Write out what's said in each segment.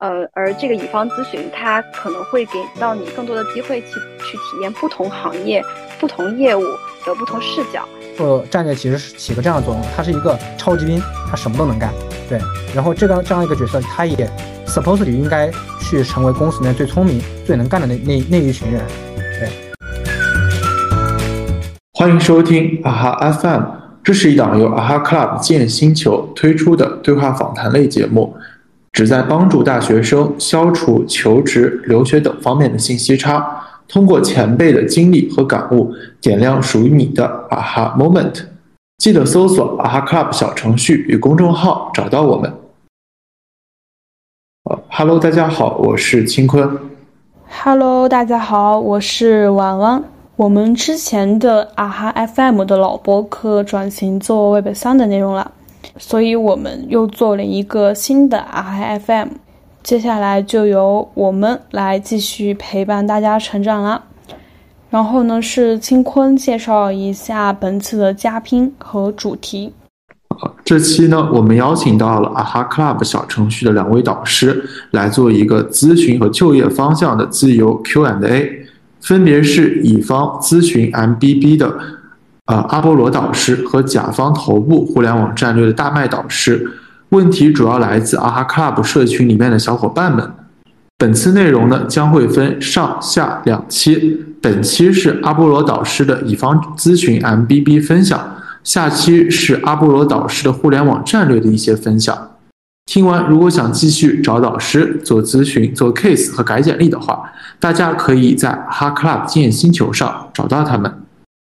而这个乙方咨询，它可能会给到你更多的机会去体验不同行业、不同业务的不同视角。 战略其实是起个这样的作用，他是一个超级兵，他什么都能干，对。然后这样一个角色，他也 supposedly 应该去成为公司里面最聪明、最能干的那一群人，对。 欢迎收听啊哈 FM， 这是一档由啊哈 Club 建星球推出的对话访谈类节目，旨在帮助大学生消除求职、留学等方面的信息差，通过前辈的经历和感悟，点亮属于你的啊哈 moment。记得搜索啊哈 Club 小程序与公众号找到我们。Hello， 大家好，我是清坤。 Hello， 大家好，我是婉婉。我们之前的啊哈 FM 的老播客转型做 Web3 的内容了，所以我们又做了一个新的啊哈 FM。接下来就由我们来继续陪伴大家成长啦。然后呢，是清坤介绍一下本次的嘉宾和主题。 这期呢，我们邀请到了啊哈 Club 小程序的2位导师来做一个咨询和就业方向的自由 Q&A， 分别是乙方咨询 MBB 的阿波罗导师和甲方头部互联网战略的大麦导师。问题主要来自啊哈 Club 社群里面的小伙伴们。本次内容呢将会分上下2期，本期是阿波罗导师的乙方咨询 MBB 分享，下期是阿波罗导师的互联网战略的一些分享。听完，如果想继续找导师做咨询、做 case 和改简历的话，大家可以在哈 Club 经验星球上找到他们。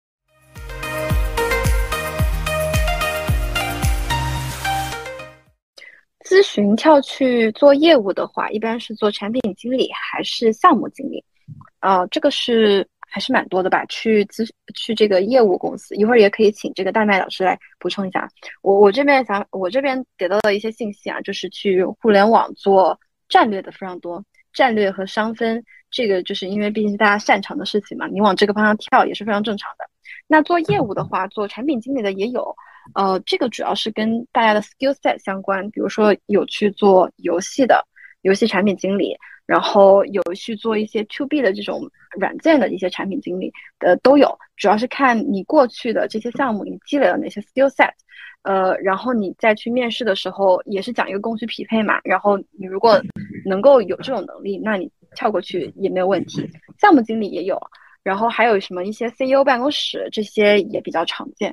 咨询跳去做业务的话，一般是做产品经理还是项目经理？这个是还是蛮多的吧。去这个业务公司，一会儿也可以请这个大麦老师来补充一下。我这边得到的一些信息啊，就是去互联网做战略的非常多，战略和商分，这个就是因为毕竟是大家擅长的事情嘛，你往这个方向跳也是非常正常的。那做业务的话，做产品经理的也有。这个主要是跟大家的 skill set 相关，比如说有去做游戏产品经理，然后有去做一些 to B 的这种软件的一些产品经理都有，主要是看你过去的这些项目你积累了哪些 skill set，然后你再去面试的时候也是讲一个供需匹配嘛，然后你如果能够有这种能力，那你跳过去也没有问题。项目经理也有，然后还有什么一些 CEO 办公室，这些也比较常见。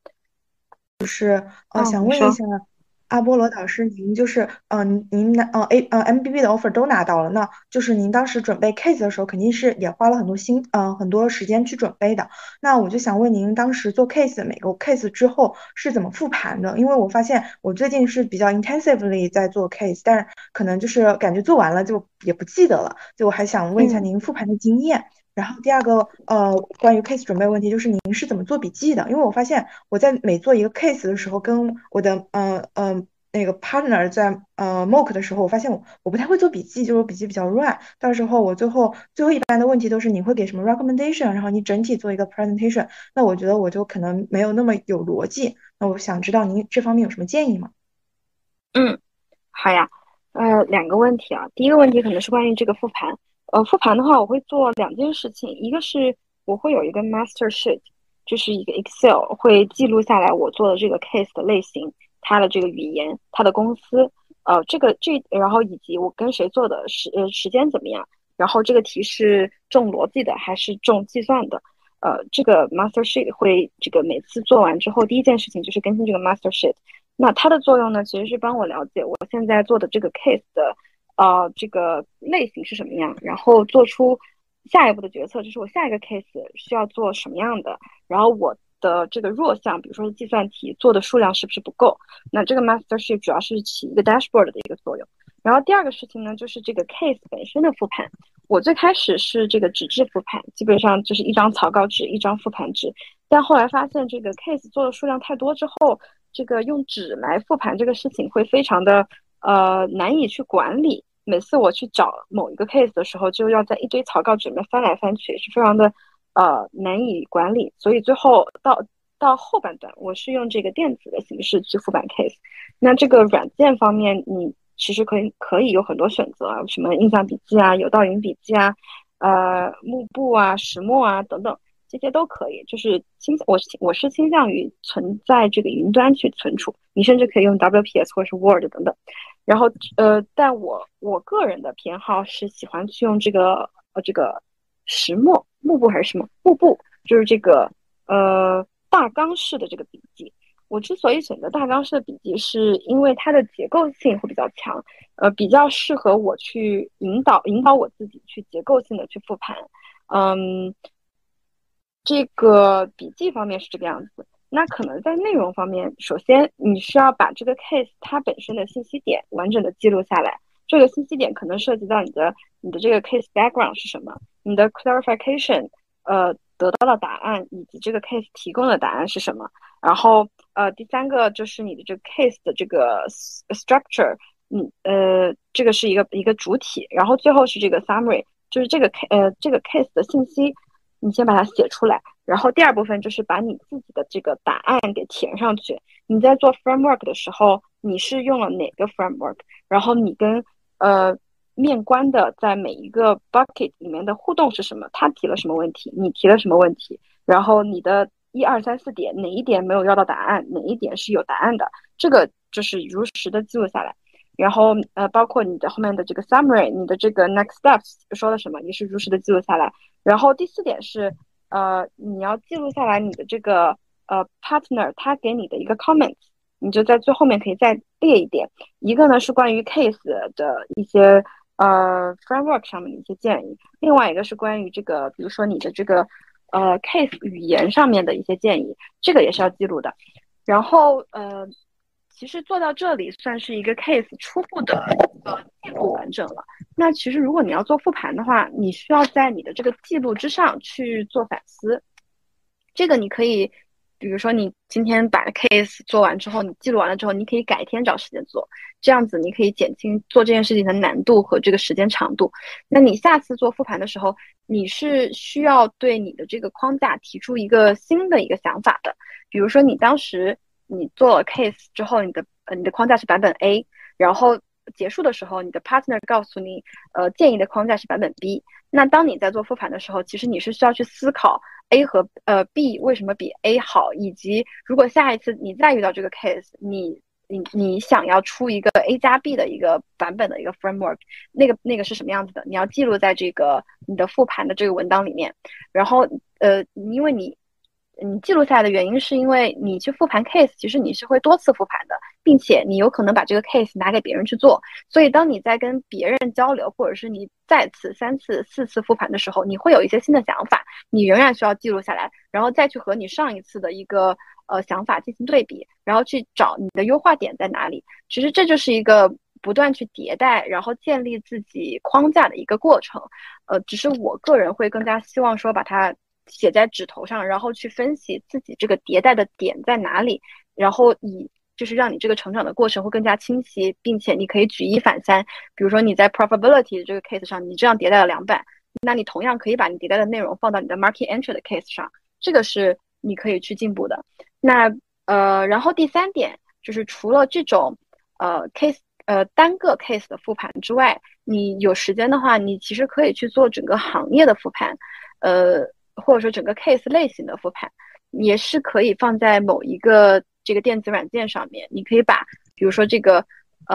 想问一下，阿波罗导师，您就是您MBB 的 offer 都拿到了，那就是您当时准备 case 的时候，肯定是也花了很多时间去准备的。那我就想问您，当时做 case 每个 case 之后是怎么复盘的？因为我发现我最近是比较 intensively 在做 case， 但是可能就是感觉做完了就也不记得了，就我还想问一下您复盘的经验。然后第二个关于 case 准备问题，就是您是怎么做笔记的？因为我发现我在每做一个 case 的时候，跟我的那个 partner 在mock 的时候，我发现我不太会做笔记，就是我笔记比较乱。到时候我最后一般的问题都是你会给什么 recommendation， 然后你整体做一个 presentation， 那我觉得我就可能没有那么有逻辑。那我想知道您这方面有什么建议吗？ 好呀，2个问题啊。第一个问题可能是关于这个复盘。复盘的话，我会做2件事情，一个是我会有一个 master sheet， 就是一个 Excel， 会记录下来我做的这个 case 的类型，它的这个语言，它的公司，然后以及我跟谁做的时间怎么样，然后这个题是重逻辑的还是重计算的，这个 master sheet 会这个每次做完之后，第一件事情就是更新这个 master sheet。那它的作用呢，其实是帮我了解我现在做的这个 case 的这个类型是什么样，然后做出下一步的决策，就是我下一个 case 需要做什么样的，然后我的这个弱项，比如说是计算题做的数量是不是不够，那这个 master sheet 主要是起一个 dashboard 的一个作用。然后第二个事情呢，就是这个 case 本身的复盘。我最开始是这个纸质复盘，基本上就是一张草稿纸，一张复盘纸，但后来发现这个 case 做的数量太多之后，这个用纸来复盘这个事情会非常的难以去管理。每次我去找某一个 case 的时候，就要在一堆草稿纸里面翻来翻去，是非常的难以管理。所以最后到后半段，我是用这个电子的形式去复盘 case。那这个软件方面，你其实可以有很多选择啊，什么印象笔记啊、有道云笔记啊、幕布啊、石墨啊等等，这些都可以。就是我是倾向于存在这个云端去存储，你甚至可以用 WPS 或者是 Word 等等。然后但我个人的偏好是喜欢去用这个石墨幕布还是什么幕布，就是这个大纲式的这个笔记。我之所以选择大纲式的笔记，是因为它的结构性会比较强，比较适合我去引导我自己去结构性的去复盘。嗯，这个笔记方面是这个样子。那可能在内容方面，首先你需要把这个 case 它本身的信息点完整的记录下来。这个信息点可能涉及到你的这个 case background 是什么，你的 clarification 得到的答案以及这个 case 提供的答案是什么。然后第三个就是你的这个 case 的这个 structure，这个是一个主体。然后最后是这个 summary，就是这个 case 的信息，你先把它写出来。然后第二部分就是把你自己的这个答案给填上去。你在做 framework 的时候，你是用了哪个 framework？然后你跟面关的在每一个 bucket 里面的互动是什么？他提了什么问题？你提了什么问题？然后你的1、2、3、4点哪一点没有要到答案，哪一点是有答案的？这个就是如实的记录下来。然后包括你的后面的这个 summary， 你的这个 next steps 说了什么，也是如实的记录下来。然后第4点是你要记录下来你的这个partner 他给你的一个 comment， 你就在最后面可以再列一点。一个呢是关于 case 的一些framework 上面的一些建议，另外一个是关于这个，比如说你的这个case 语言上面的一些建议，这个也是要记录的。然后其实做到这里算是一个 case 初步的记录完整了。那其实如果你要做复盘的话，你需要在你的这个记录之上去做反思。这个你可以，比如说你今天把 case 做完之后，你记录完了之后，你可以改天找时间做，这样子你可以减轻做这件事情的难度和这个时间长度。那你下次做复盘的时候，你是需要对你的这个框架提出一个新的一个想法的。比如说你当时你做了 case 之后，你的框架是版本 A， 然后结束的时候，你的 partner 告诉你，建议的框架是版本 B。那当你在做复盘的时候，其实你是需要去思考 A 和B 为什么比 A 好，以及如果下一次你再遇到这个 case，你想要出一个 A 加 B 的一个版本的一个 framework，那个是什么样子的？你要记录在这个你的复盘的这个文档里面。然后因为你记录下来的原因是因为你去复盘 case， 其实你是会多次复盘的，并且你有可能把这个 case 拿给别人去做。所以当你在跟别人交流，或者是你再次、3次、4次复盘的时候，你会有一些新的想法，你仍然需要记录下来，然后再去和你上一次的一个想法进行对比，然后去找你的优化点在哪里。其实这就是一个不断去迭代，然后建立自己框架的一个过程。只是我个人会更加希望说把它写在纸头上，然后去分析自己这个迭代的点在哪里，然后就是让你这个成长的过程会更加清晰，并且你可以举一反三。比如说你在 profitability 这个 case 上，你这样迭代了2版，那你同样可以把你迭代的内容放到你的 market entry 的 case 上，这个是你可以去进步的。那然后第3点就是除了这种case单个 case 的复盘之外，你有时间的话，你其实可以去做整个行业的复盘，或者说整个 case 类型的复盘，也是可以放在某一个这个电子软件上面。你可以把比如说这个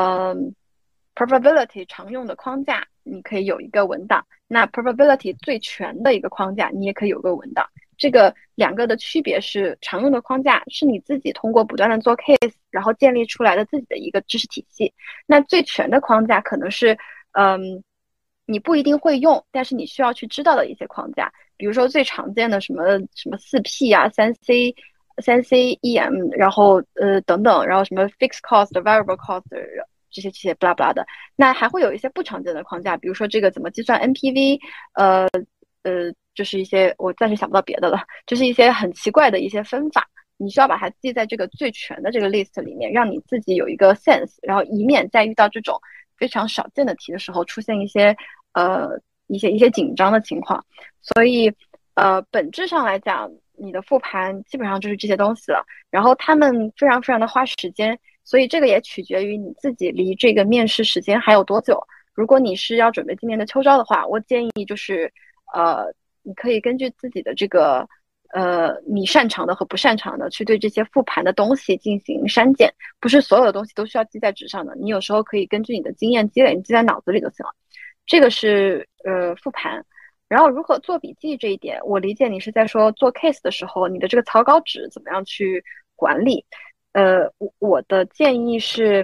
probability 常用的框架，你可以有一个文档，那 probability 最全的一个框架，你也可以有个文档。这个2个的区别是，常用的框架是你自己通过不断的做 case， 然后建立出来的自己的一个知识体系。那最全的框架可能是你不一定会用，但是你需要去知道的一些框架。比如说最常见的什么4P 啊、3C、3CEM， 然后等等，然后什么 fixed cost、variable cost 这些 blah blah 的。那还会有一些不常见的框架，比如说这个怎么计算 NPV，就是一些我暂时想不到别的了，就是一些很奇怪的一些分法。你需要把它记在这个最全的这个 list 里面，让你自己有一个 sense， 然后以免在遇到这种非常少见的题的时候出现一些紧张的情况。所以本质上来讲，你的复盘基本上就是这些东西了。然后他们非常非常的花时间， 所以这个也取决于你自己离这个面试时间还有多久。如果你是要准备今年的秋招的话，我建议就是你可以根据自己的这个你擅长的和不擅长的去对这些复盘的东西进行删减，不是所有的东西都需要记在纸上的，你有时候可以根据你的经验积累，你记在脑子里就行了。这个是复盘。然后如何做笔记这一点，我理解你是在说做 case 的时候，你的这个草稿纸怎么样去管理。我的建议是，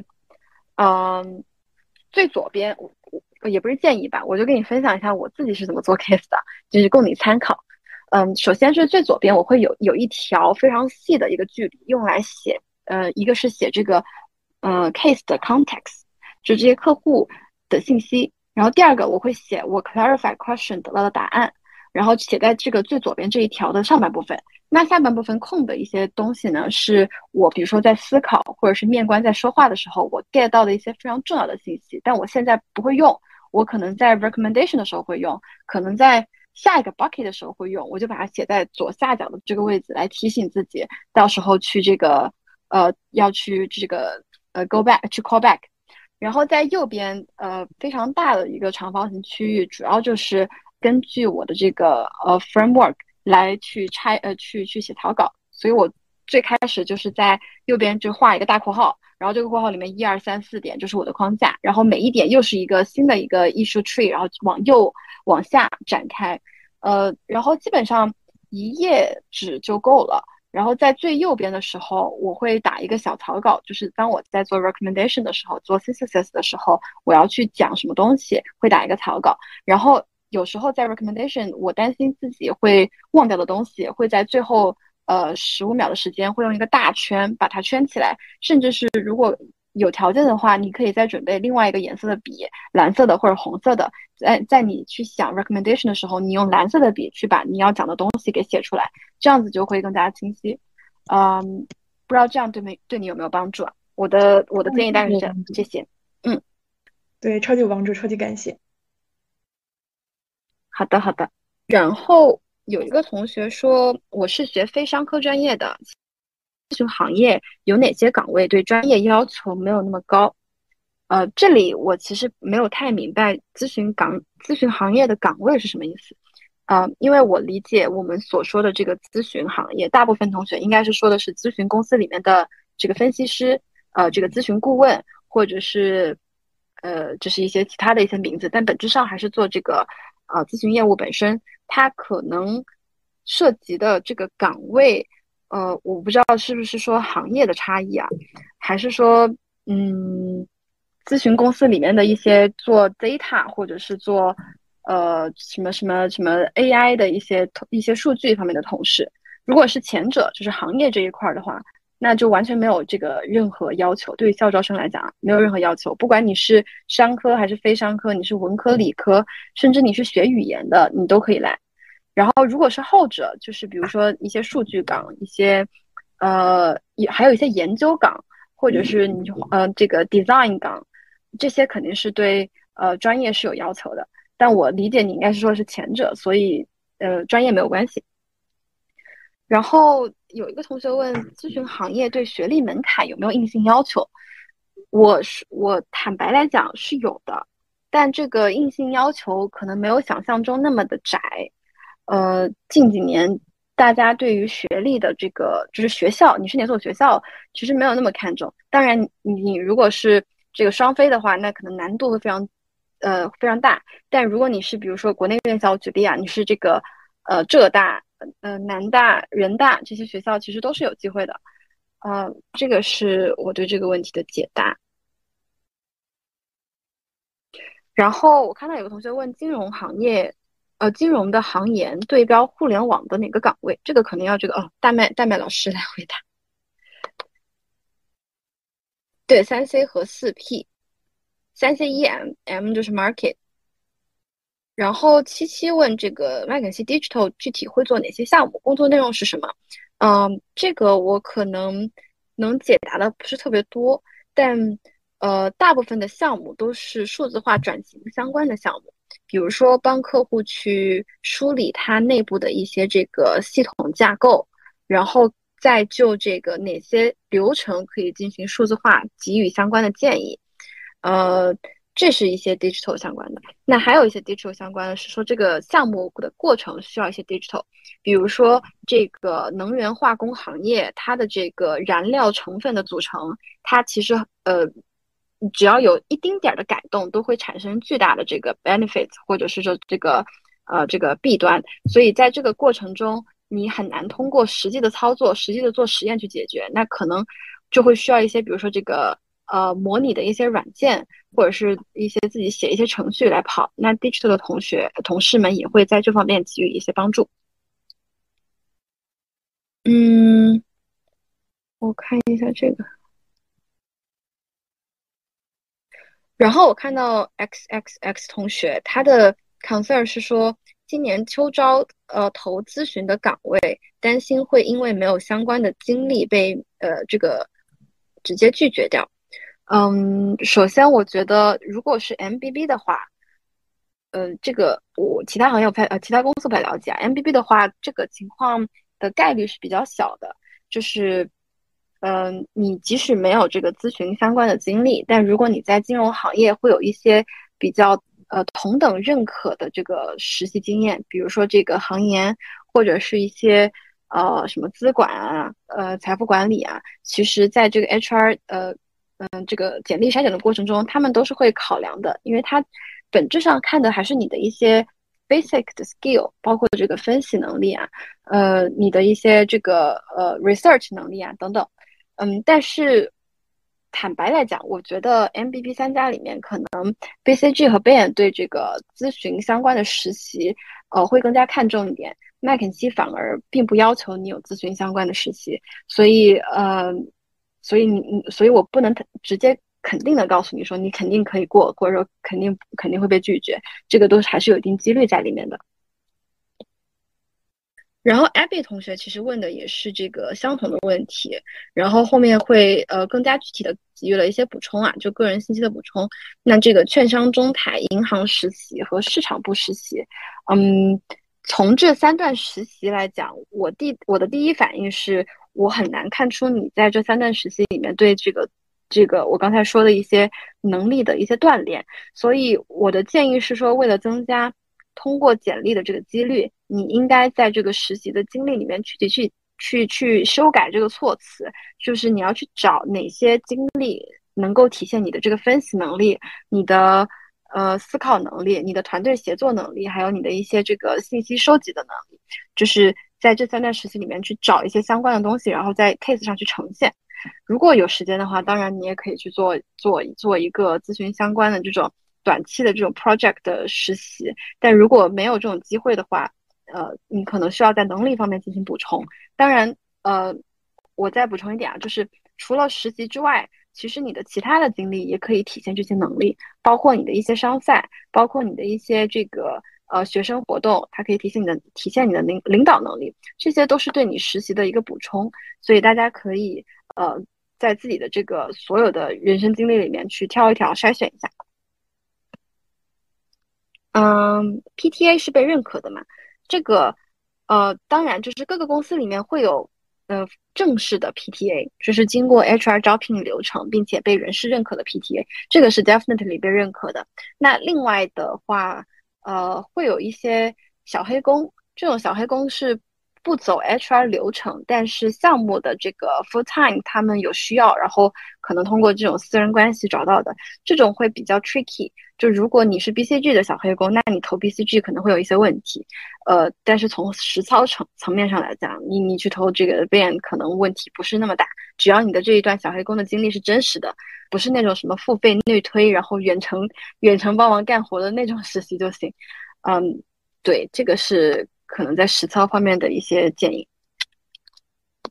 最左边我也不是建议吧，我就跟你分享一下我自己是怎么做 case 的，就是供你参考。首先是最左边，我会有一条非常细的一个距离，用来写，一个是写这个case 的 context，就这些客户的信息。然后第二个我会写我 clarify question 得到的答案，然后写在这个最左边这一条的上半部分。那下半部分空的一些东西呢，是我比如说在思考或者是面官在说话的时候，我 get 到的一些非常重要的信息，但我现在不会用，我可能在 recommendation 的时候会用，可能在下一个 bucket 的时候会用，我就把它写在左下角的这个位置，来提醒自己到时候去这个要去这个go back 去 call back。然后在右边非常大的一个长方形区域，主要就是根据我的这个framework 来去去写草稿。所以我最开始就是在右边就画一个大括号，然后这个括号里面1、2、3、4点就是我的框架，然后每一点又是一个新的一个 issue tree，然后往右往下展开，然后基本上一页纸就够了。然后在最右边的时候，我会打一个小草稿，就是当我在做 recommendation 的时候，做 synthesis 的时候，我要去讲什么东西，会打一个草稿。然后有时候在 recommendation，我担心自己会忘掉的东西，会在最后15秒的时间，会用一个大圈把它圈起来。甚至是如果有条件的话，你可以再准备另外一个颜色的笔，蓝色的或者红色的。在你去想 recommendation 的时候，你用蓝色的笔去把你要讲的东西给写出来，这样子就会更加清晰。不知道这样对你有没有帮助啊？我的建议大概是这些。 对，超级有帮助，超级感谢。 好的好的。然后有一个同学说，我是学非商科专业的，咨询行业有哪些岗位对专业要求没有那么高？这里我其实没有太明白咨询行业的岗位是什么意思。因为我理解我们所说的这个咨询行业，大部分同学应该是说的是咨询公司里面的这个分析师，这个咨询顾问，或者是就是一些其他的一些名字，但本质上还是做这个咨询业务本身。它可能涉及的这个岗位，我不知道是不是说行业的差异啊，还是说咨询公司里面的一些做 data 或者是做什么 AI 的一些数据方面的同事。如果是前者，就是行业这一块的话，那就完全没有这个任何要求。对于校招生来讲，没有任何要求，不管你是商科还是非商科，你是文科、理科，甚至你是学语言的，你都可以来。然后如果是后者，就是比如说一些数据岗，一些还有一些研究岗，或者是你这个 design 岗，这些肯定是对专业是有要求的。但我理解你应该是说是前者，所以专业没有关系。然后有一个同学问，咨询行业对学历门槛有没有硬性要求？我坦白来讲是有的，但这个硬性要求可能没有想象中那么的窄。近几年大家对于学历的这个就是学校，你是哪所学校，其实没有那么看重。当然你如果是这个双非的话，那可能难度会非常大。但如果你是比如说国内院校举例啊，你是这个浙大、南大、人大这些学校，其实都是有机会的。这个是我对这个问题的解答。然后我看到有个同学问金融行业，金融的行研对标互联网的哪个岗位？这个可能要大麦老师来回答。对，3C 和4P，3C1M 就是 market。然后七问这个麦肯锡 Digital 具体会做哪些项目？工作内容是什么？这个我可能能解答的不是特别多，但大部分的项目都是数字化转型相关的项目，比如说帮客户去梳理它内部的一些这个系统架构，然后再就这个哪些流程可以进行数字化给予相关的建议。这是一些 digital 相关的。那还有一些 digital 相关的是说这个项目的过程需要一些 digital，比如说这个能源化工行业，它的这个燃料成分的组成，它其实只要有一丁点儿的改动，都会产生巨大的这个 benefit， 或者是说这个弊端。所以在这个过程中，你很难通过实际的操作、实际的做实验去解决，那可能就会需要一些，比如说这个模拟的一些软件，或者是一些自己写一些程序来跑。那 digital 的同事们也会在这方面给予一些帮助。嗯，我看一下这个。然后我看到 XXX 同学他的 concern 是说，今年秋招投咨询的岗位，担心会因为没有相关的经历被这个直接拒绝掉。首先我觉得如果是 MBB 的话，这个我其他行业其他公司不太了解啊。MBB 的话，这个情况的概率是比较小的，就是，你即使没有这个咨询相关的经历，但如果你在金融行业会有一些比较同等认可的这个实习经验，比如说这个行研或者是一些什么资管啊，财富管理啊，其实在这个 HR 这个简历筛选的过程中，他们都是会考量的，因为它本质上看的还是你的一些 basic 的 skill，包括这个分析能力啊，你的一些这个research 能力啊等等。但是坦白来讲，我觉得 MBB 3家里面可能 BCG 和 Bain 对这个咨询相关的实习，会更加看重一点。麦肯锡反而并不要求你有咨询相关的实习，所以所以我不能直接肯定的告诉你说你肯定可以过，或者说肯定会被拒绝，这个都还是有一定几率在里面的。然后 Abby 同学其实问的也是这个相同的问题，然后后面会更加具体的给予了一些补充啊，就个人信息的补充。那这个券商中台、银行实习和市场部实习，从这3段实习来讲，我的第一反应是我很难看出你在这3段实习里面对这个我刚才说的一些能力的一些锻炼，所以我的建议是说，为了增加通过简历的这个几率，你应该在这个实习的经历里面具体去修改这个措辞，就是你要去找哪些经历能够体现你的这个分析能力，你的思考能力，你的团队协作能力，还有你的一些这个信息收集的能力，就是在这3段实习里面去找一些相关的东西，然后在 case 上去呈现。如果有时间的话，当然你也可以去做一个咨询相关的这种短期的这种 project 的实习。但如果没有这种机会的话，你可能需要在能力方面进行补充。当然，我再补充一点啊，就是除了实习之外，其实你的其他的经历也可以体现这些能力，包括你的一些商赛，包括你的一些这个学生活动，它可以体现你的领导能力，这些都是对你实习的一个补充。所以大家可以在自己的这个所有的人生经历里面去挑一挑筛选一下。PTA 是被认可的嘛？这个当然就是各个公司里面会有正式的 PTA，就是经过 HR 招聘流程并且被人事认可的 PTA，这个是 definitely 被认可的。那另外的话，会有一些小黑工，这种小黑工是不走 HR 流程，但是项目的这个 full time 他们有需要，然后可能通过这种私人关系找到的，这种会比较 tricky。就如果你是 BCG 的小黑工，那你投 BCG 可能会有一些问题。但是从实操层面上来讲，你去投这个 BN 可能问题不是那么大，只要你的这一段小黑工的经历是真实的，不是那种什么付费内推，然后远程帮忙干活的那种实习就行。对，这个是可能在实操方面的一些建议。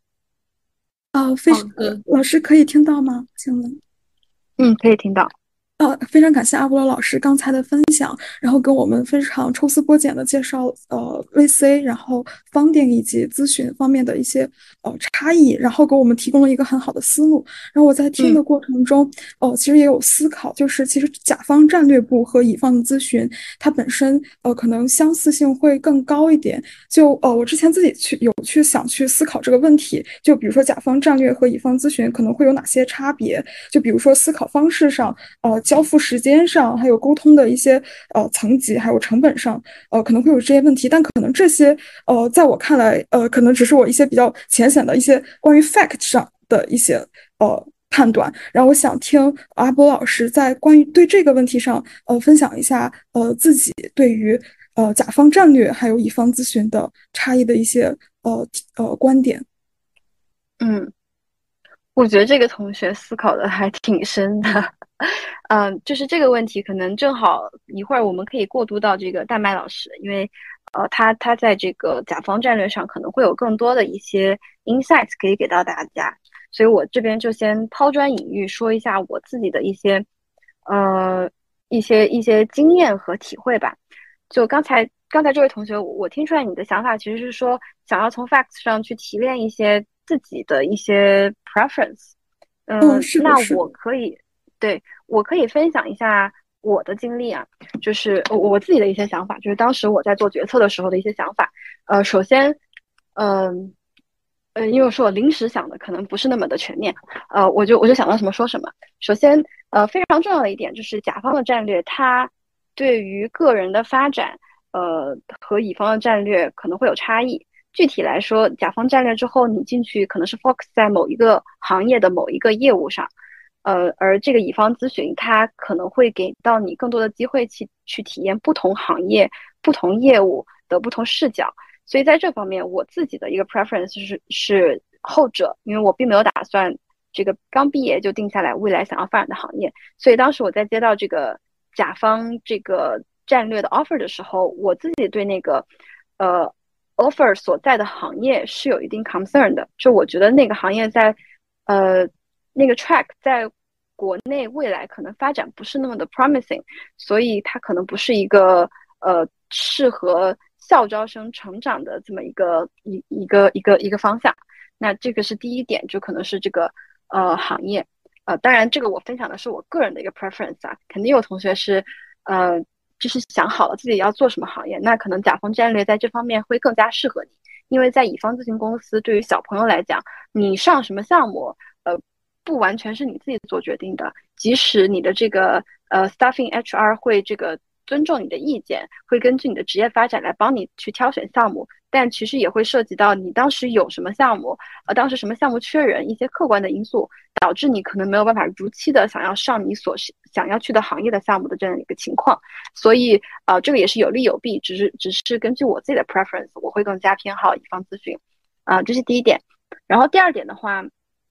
老师可以听到吗？请问？ 可以听到。 非常感谢阿波罗老师刚才的分享，然后跟我们非常抽丝剥茧的介绍VC，然后 funding 以及咨询方面的一些差异，然后给我们提供了一个很好的思路。然后我在听的过程中，其实也有思考，就是其实甲方战略部和乙方咨询它本身可能相似性会更高一点。我之前自己想去思考这个问题，就比如说甲方战略和乙方咨询可能会有哪些差别，就比如说思考方式上。交付时间上，还有沟通的一些层级，还有成本上，可能会有这些问题，但可能这些在我看来，可能只是我一些比较浅显的一些关于 fact 上的一些判断。然后我想听阿波老师在关于对这个问题上，分享一下自己对于甲方战略还有乙方咨询的差异的一些观点。 我觉得这个同学思考的还挺深的，就是这个问题可能正好一会儿我们可以过渡到这个大麦老师，因为他在这个甲方战略上可能会有更多的一些 insights 可以给到大家，所以我这边就先抛砖引玉说一下我自己的一些经验和体会吧。就刚才这位同学，我听出来你的想法其实是说想要从 facts 上去提炼一些自己的一些 preference。 是的， 那是的。 我可以分享一下我的经历啊，就是我自己的一些想法，就是当时我在做决策的时候的一些想法。首先，因为是我临时想的，可能不是那么的全面。我就想到什么说什么。首先，非常重要的一点就是甲方的战略，它对于个人的发展，和乙方的战略可能会有差异。具体来说，甲方战略之后，你进去可能是 focus 在某一个行业的某一个业务上，而这个乙方咨询，它可能会给到你更多的机会去体验不同行业、不同业务的不同视角。所以在这方面，我自己的一个 preference 是后者，因为我并没有打算这个刚毕业就定下来未来想要发展的行业。所以当时我在接到这个甲方这个战略的 offer 的时候，我自己对那个offer 所在的行业是有一定 concern 的，就我觉得那个行业在那个 track 在国内未来可能发展不是那么的 promising，所以它可能不是一个适合校招生成长的这么一个方向。那这个是第一点，就可能是这个行业。当然这个我分享的是我个人的一个 preference 啊，肯定有同学是就是想好了自己要做什么行业，那可能甲方战略在这方面会更加适合你。因为在乙方咨询公司，对于小朋友来讲，你上什么项目，不完全是你自己做决定的。即使你的这个staffing HR 会这个尊重你的意见，会根据你的职业发展来帮你去挑选项目，但其实也会涉及到你当时有什么项目，当时什么项目缺人，一些客观的因素导致你可能没有办法如期的想要上你所想要去的行业的项目的这样一个情况。所以这个也是有利有弊，只是根据我自己的 preference， 我会更加偏好乙方咨询。这是第一点。然后第二点的话，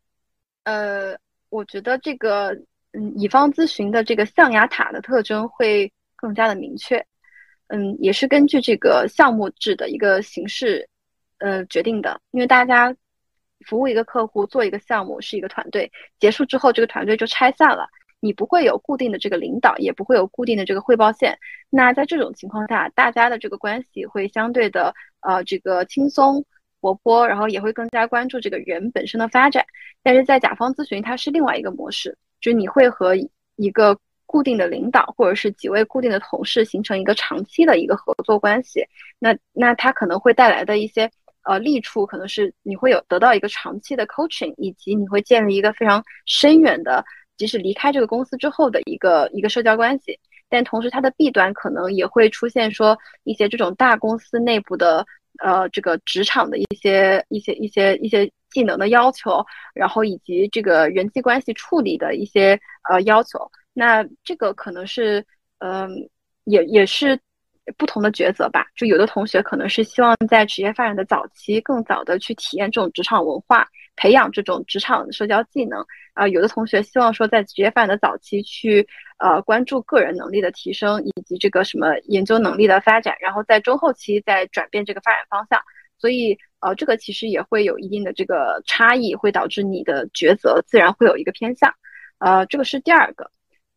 我觉得这个乙方咨询的这个象牙塔的特征会更加的明确。也是根据这个项目制的一个形式决定的。因为大家服务一个客户做一个项目是一个团队，结束之后这个团队就拆散了，你不会有固定的这个领导，也不会有固定的这个汇报线。那在这种情况下，大家的这个关系会相对的这个轻松活泼，然后也会更加关注这个人本身的发展。但是在甲方咨询它是另外一个模式，就是你会和一个固定的领导或者是几位固定的同事形成一个长期的一个合作关系。那它可能会带来的一些利处，可能是你会有得到一个长期的 coaching， 以及你会建立一个非常深远的即使离开这个公司之后的一个社交关系。但同时它的弊端可能也会出现说一些这种大公司内部的这个职场的一些技能的要求，然后以及这个人际关系处理的一些要求。那这个可能是也是不同的抉择吧。就有的同学可能是希望在职业发展的早期更早的去体验这种职场文化，培养这种职场的社交技能。有的同学希望说在职业发展的早期去关注个人能力的提升，以及这个什么研究能力的发展，然后在中后期再转变这个发展方向。所以这个其实也会有一定的这个差异，会导致你的抉择自然会有一个偏向。这个是第二个。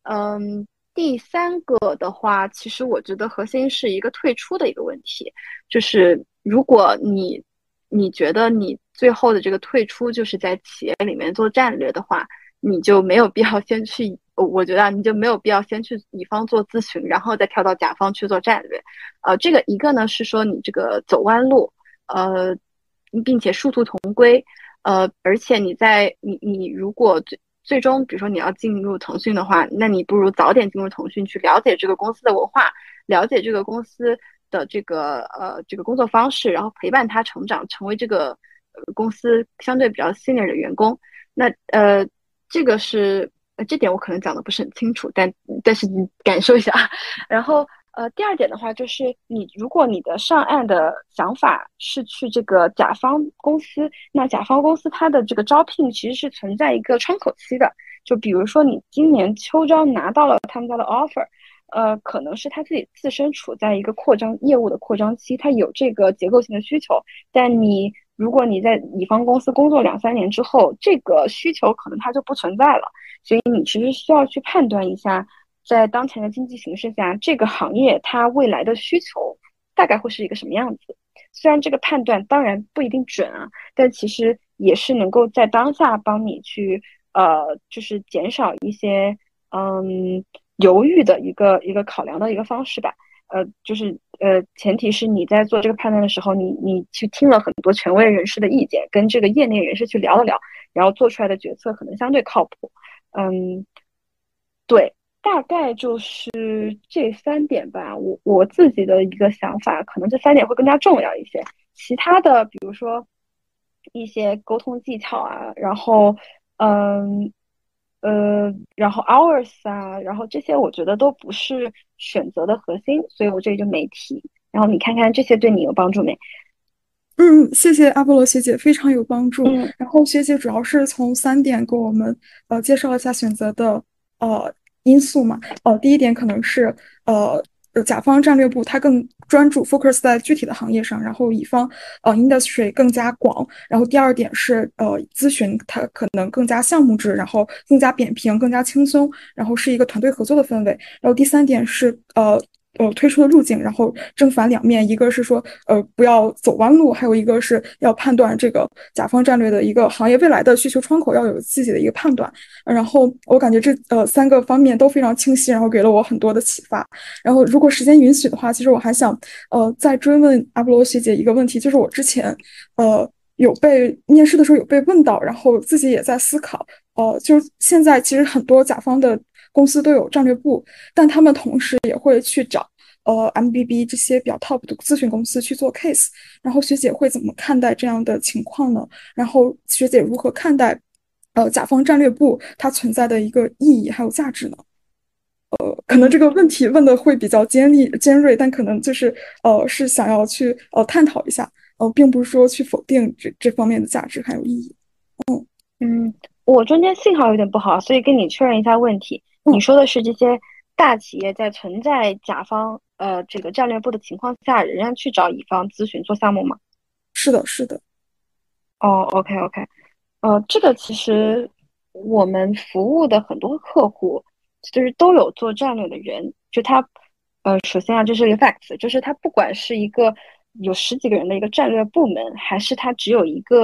第三个的话，其实我觉得核心是一个退出的一个问题，就是如果你觉得你最后的这个退出就是在企业里面做战略的话，你就没有必要先去，我觉得你就没有必要先去乙方做咨询，然后再跳到甲方去做战略。这个一个呢是说你这个走弯路，并且殊途同归，而且你如果最终，比如说你要进入腾讯的话，那你不如早点进入腾讯，去了解这个公司的文化，了解这个公司的这个工作方式，然后陪伴他成长，成为这个公司相对比较 senior 的员工。那这个是这点我可能讲的不是很清楚，但是你感受一下。然后第二点的话，就是如果你的上岸的想法是去这个甲方公司，那甲方公司它的这个招聘其实是存在一个窗口期的。就比如说你今年秋招拿到了他们家的 offer，可能是他自己自身处在一个业务的扩张期，他有这个结构性的需求，但如果你在乙方公司工作2、3年之后，这个需求可能它就不存在了，所以你其实需要去判断一下。在当前的经济形势下，这个行业它未来的需求大概会是一个什么样子？虽然这个判断当然不一定准啊，但其实也是能够在当下帮你去就是减少一些犹豫的一个考量的一个方式吧。就是前提是你在做这个判断的时候，你去听了很多权威人士的意见，跟这个业内人士去聊了聊，然后做出来的决策可能相对靠谱。对。大概就是这3点吧，我自己的一个想法，可能这3点会更加重要一些。其他的，比如说一些沟通技巧啊，嗯然后 hours 啊，然后这些我觉得都不是选择的核心，所以我这里就没提。然后你看看这些对你有帮助没？ 谢谢阿波罗学姐，非常有帮助。 嗯然后学姐主要是从3点给我们介绍一下选择的因素嘛。第一点可能是甲方战略部它更专注 focus 在具体的行业上，然后乙方industry 更加广。然后第二点是咨询它可能更加项目制，然后更加扁平，更加轻松，然后是一个团队合作的氛围。然后第三点是推出的路径，然后正反两面，一个是说不要走弯路，还有一个是要判断这个甲方战略的一个行业未来的需求窗口，要有自己的一个判断。然后我感觉这3个方面都非常清晰，然后给了我很多的启发。然后如果时间允许的话，其实我还想再追问阿波罗学姐一个问题，就是我之前有被面试的时候有被问到，然后自己也在思考，就是现在其实很多甲方的公司都有战略部，但他们同时也会去找MBB 这些比较 top 的咨询公司去做 case。然后学姐会怎么看待这样的情况呢？然后学姐如何看待甲方战略部它存在的一个意义还有价值呢？可能这个问题问的会比较尖锐，但可能就是是想要去探讨一下，并不是说去否定这方面的价值还有意义。 嗯，我中间信号有点不好，所以跟你确认一下问题。你说的是这些大企业在存在甲方这个战略部的情况下，仍然去找乙方咨询做项目吗？ 是的，是的。 哦，OK OK，这个其实我们服务的很多客户，就是都有做战略的人，就他，首先啊，这是一个 facts，就是他不管是一个有10几个人的一个战略部门，还是他只有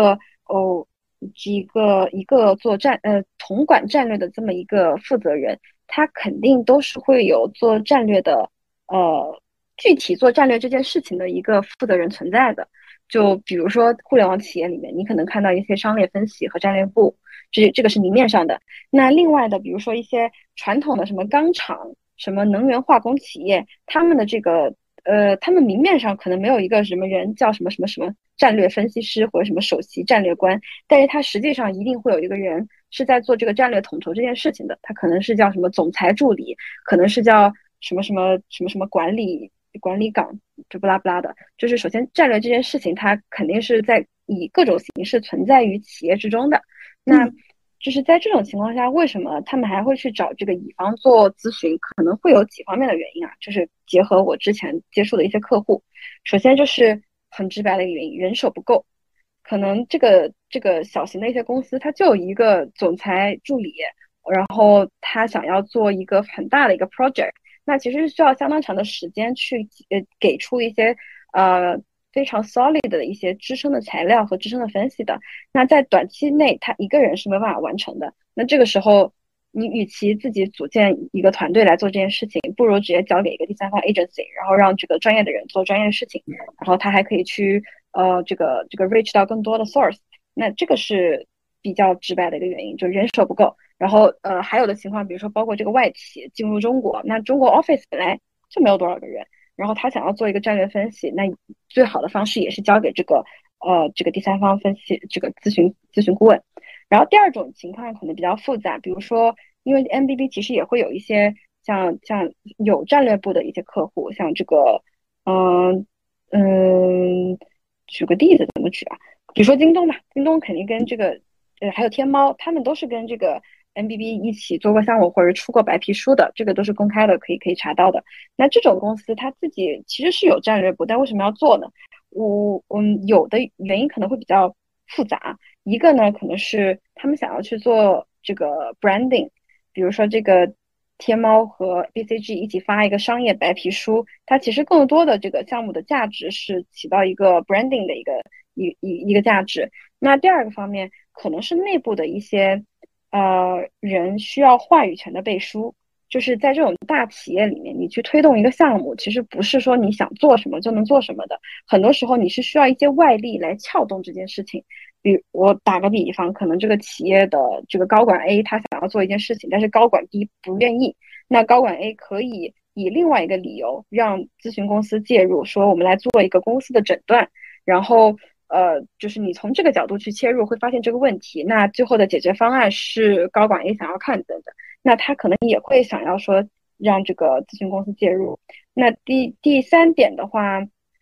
一个统管战略的这么一个负责人，他肯定都是会有做战略的，具体做战略这件事情的一个负责人存在的。就比如说互联网企业里面，你可能看到一些商业分析和战略部，这个是明面上的。那另外的，比如说一些传统的什么钢厂、什么能源化工企业，他们的他们明面上可能没有一个什么人叫什么什么什么战略分析师或者什么首席战略官，但是他实际上一定会有一个人是在做这个战略统筹这件事情的，他可能是叫什么总裁助理，可能是叫什么什么什么什么管理岗，就不拉不拉的。就是首先战略这件事情，它肯定是在以各种形式存在于企业之中的。那就是在这种情况下，为什么他们还会去找这个乙方做咨询？可能会有几方面的原因啊，就是结合我之前接触的一些客户，首先就是很直白的一个原因，人手不够。可能这个小型的一些公司，它就有一个总裁助理然后他想要做一个很大的一个 project，那其实是需要相当长的时间去给出一些非常 solid 的一些支撑的材料和支撑的分析的。那在短期内，他一个人是没办法完成的。那这个时候，你与其自己组建一个团队来做这件事情，不如直接交给一个第三方 agency， 然后让这个专业的人做专业的事情，然后他还可以去这个 reach 到更多的 source。那这个是比较直白的一个原因，就人手不够。然后还有的情况，比如说包括这个外企进入中国，那中国 office 本来就没有多少个人，然后他想要做一个战略分析，那最好的方式也是交给这个第三方分析这个咨询顾问。然后第二种情况可能比较复杂，比如说因为 MBB 其实也会有一些像有战略部的一些客户，像这个举个例子怎么举啊？比如说京东吧，京东肯定跟这个还有天猫，他们都是跟这个 MBB 一起做过项目或者出过白皮书的，这个都是公开的，可以查到的。那这种公司它自己其实是有战略部，但为什么要做呢？有的原因可能会比较复杂。一个呢，可能是他们想要去做这个 branding， 比如说这个天猫和 BCG 一起发一个商业白皮书，它其实更多的这个项目的价值是起到一个 branding 的一个价值。那第二个方面可能是内部的一些人需要话语权的背书，就是在这种大企业里面，你去推动一个项目，其实不是说你想做什么就能做什么的，很多时候你是需要一些外力来撬动这件事情。比如我打个比方，可能这个企业的这个高管 A 他想要做一件事情，但是高管 B 不愿意，那高管 A 可以以另外一个理由让咨询公司介入，说我们来做一个公司的诊断，然后就是你从这个角度去切入，会发现这个问题，那最后的解决方案是高管 A 想要看等的，那他可能也会想要说让这个咨询公司介入。那第三点的话，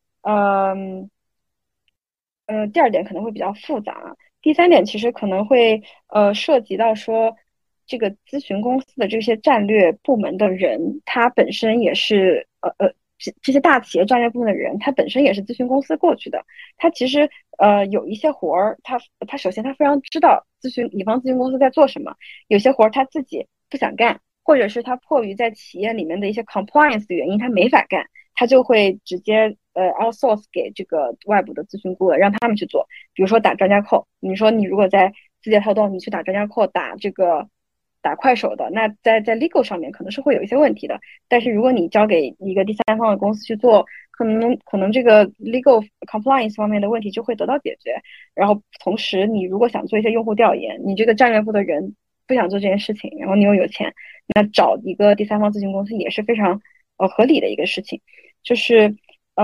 第二点可能会比较复杂，第三点其实可能会涉及到说这个咨询公司的这些战略部门的人，他本身也是这些大企业战略部门的人，他本身也是咨询公司过去的，他其实有一些活儿，他首先他非常知道乙方咨询公司在做什么，有些活儿他自己不想干，或者是他迫于在企业里面的一些 compliance 的原因他没法干，他就会直接outsource 给这个外部的咨询顾问，让他们去做。比如说打专家扣，你说你如果在字节跳动，你去打专家扣，打快手的，那在 legal 上面可能是会有一些问题的。但是如果你交给一个第三方的公司去做，可能这个 legal compliance 方面的问题就会得到解决。然后同时，你如果想做一些用户调研，你这个战略部的人不想做这件事情，然后你又有钱，那找一个第三方咨询公司也是非常合理的一个事情。就是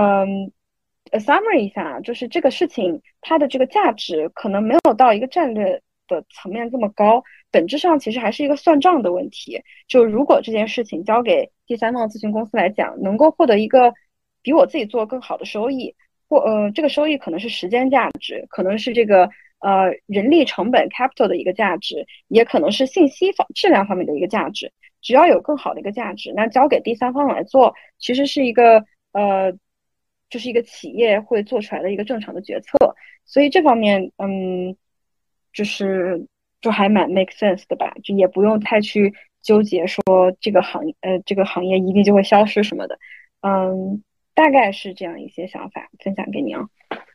summary 一下，就是这个事情它的这个价值可能没有到一个战略的层面这么高，本质上其实还是一个算账的问题。就如果这件事情交给第三方咨询公司来讲，能够获得一个比我自己做更好的收益，这个收益可能是时间价值，可能是这个人力成本 capital 的一个价值，也可能是信息质量方面的一个价值。只要有更好的一个价值，那交给第三方来做，其实是一个就是一个企业会做出来的一个正常的决策。所以这方面就还蛮 make sense 的吧，就也不用太去纠结说这个行业一定就会消失什么的。大概是这样一些想法分享给你啊。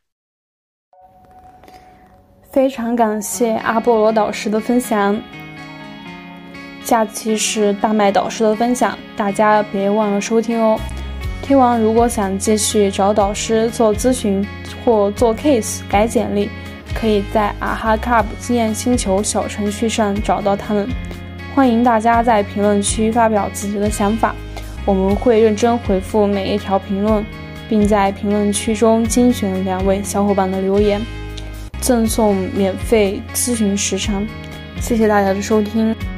非常感谢阿波罗导师的分享。下期是大麦导师的分享，大家别忘了收听哦。听完如果想继续找导师做咨询或做 case 改简历，可以在AHA Club 经验星球小程序上找到他们。欢迎大家在评论区发表自己的想法，我们会认真回复每一条评论，并在评论区中精选2位小伙伴的留言，赠送免费咨询时长。谢谢大家的收听。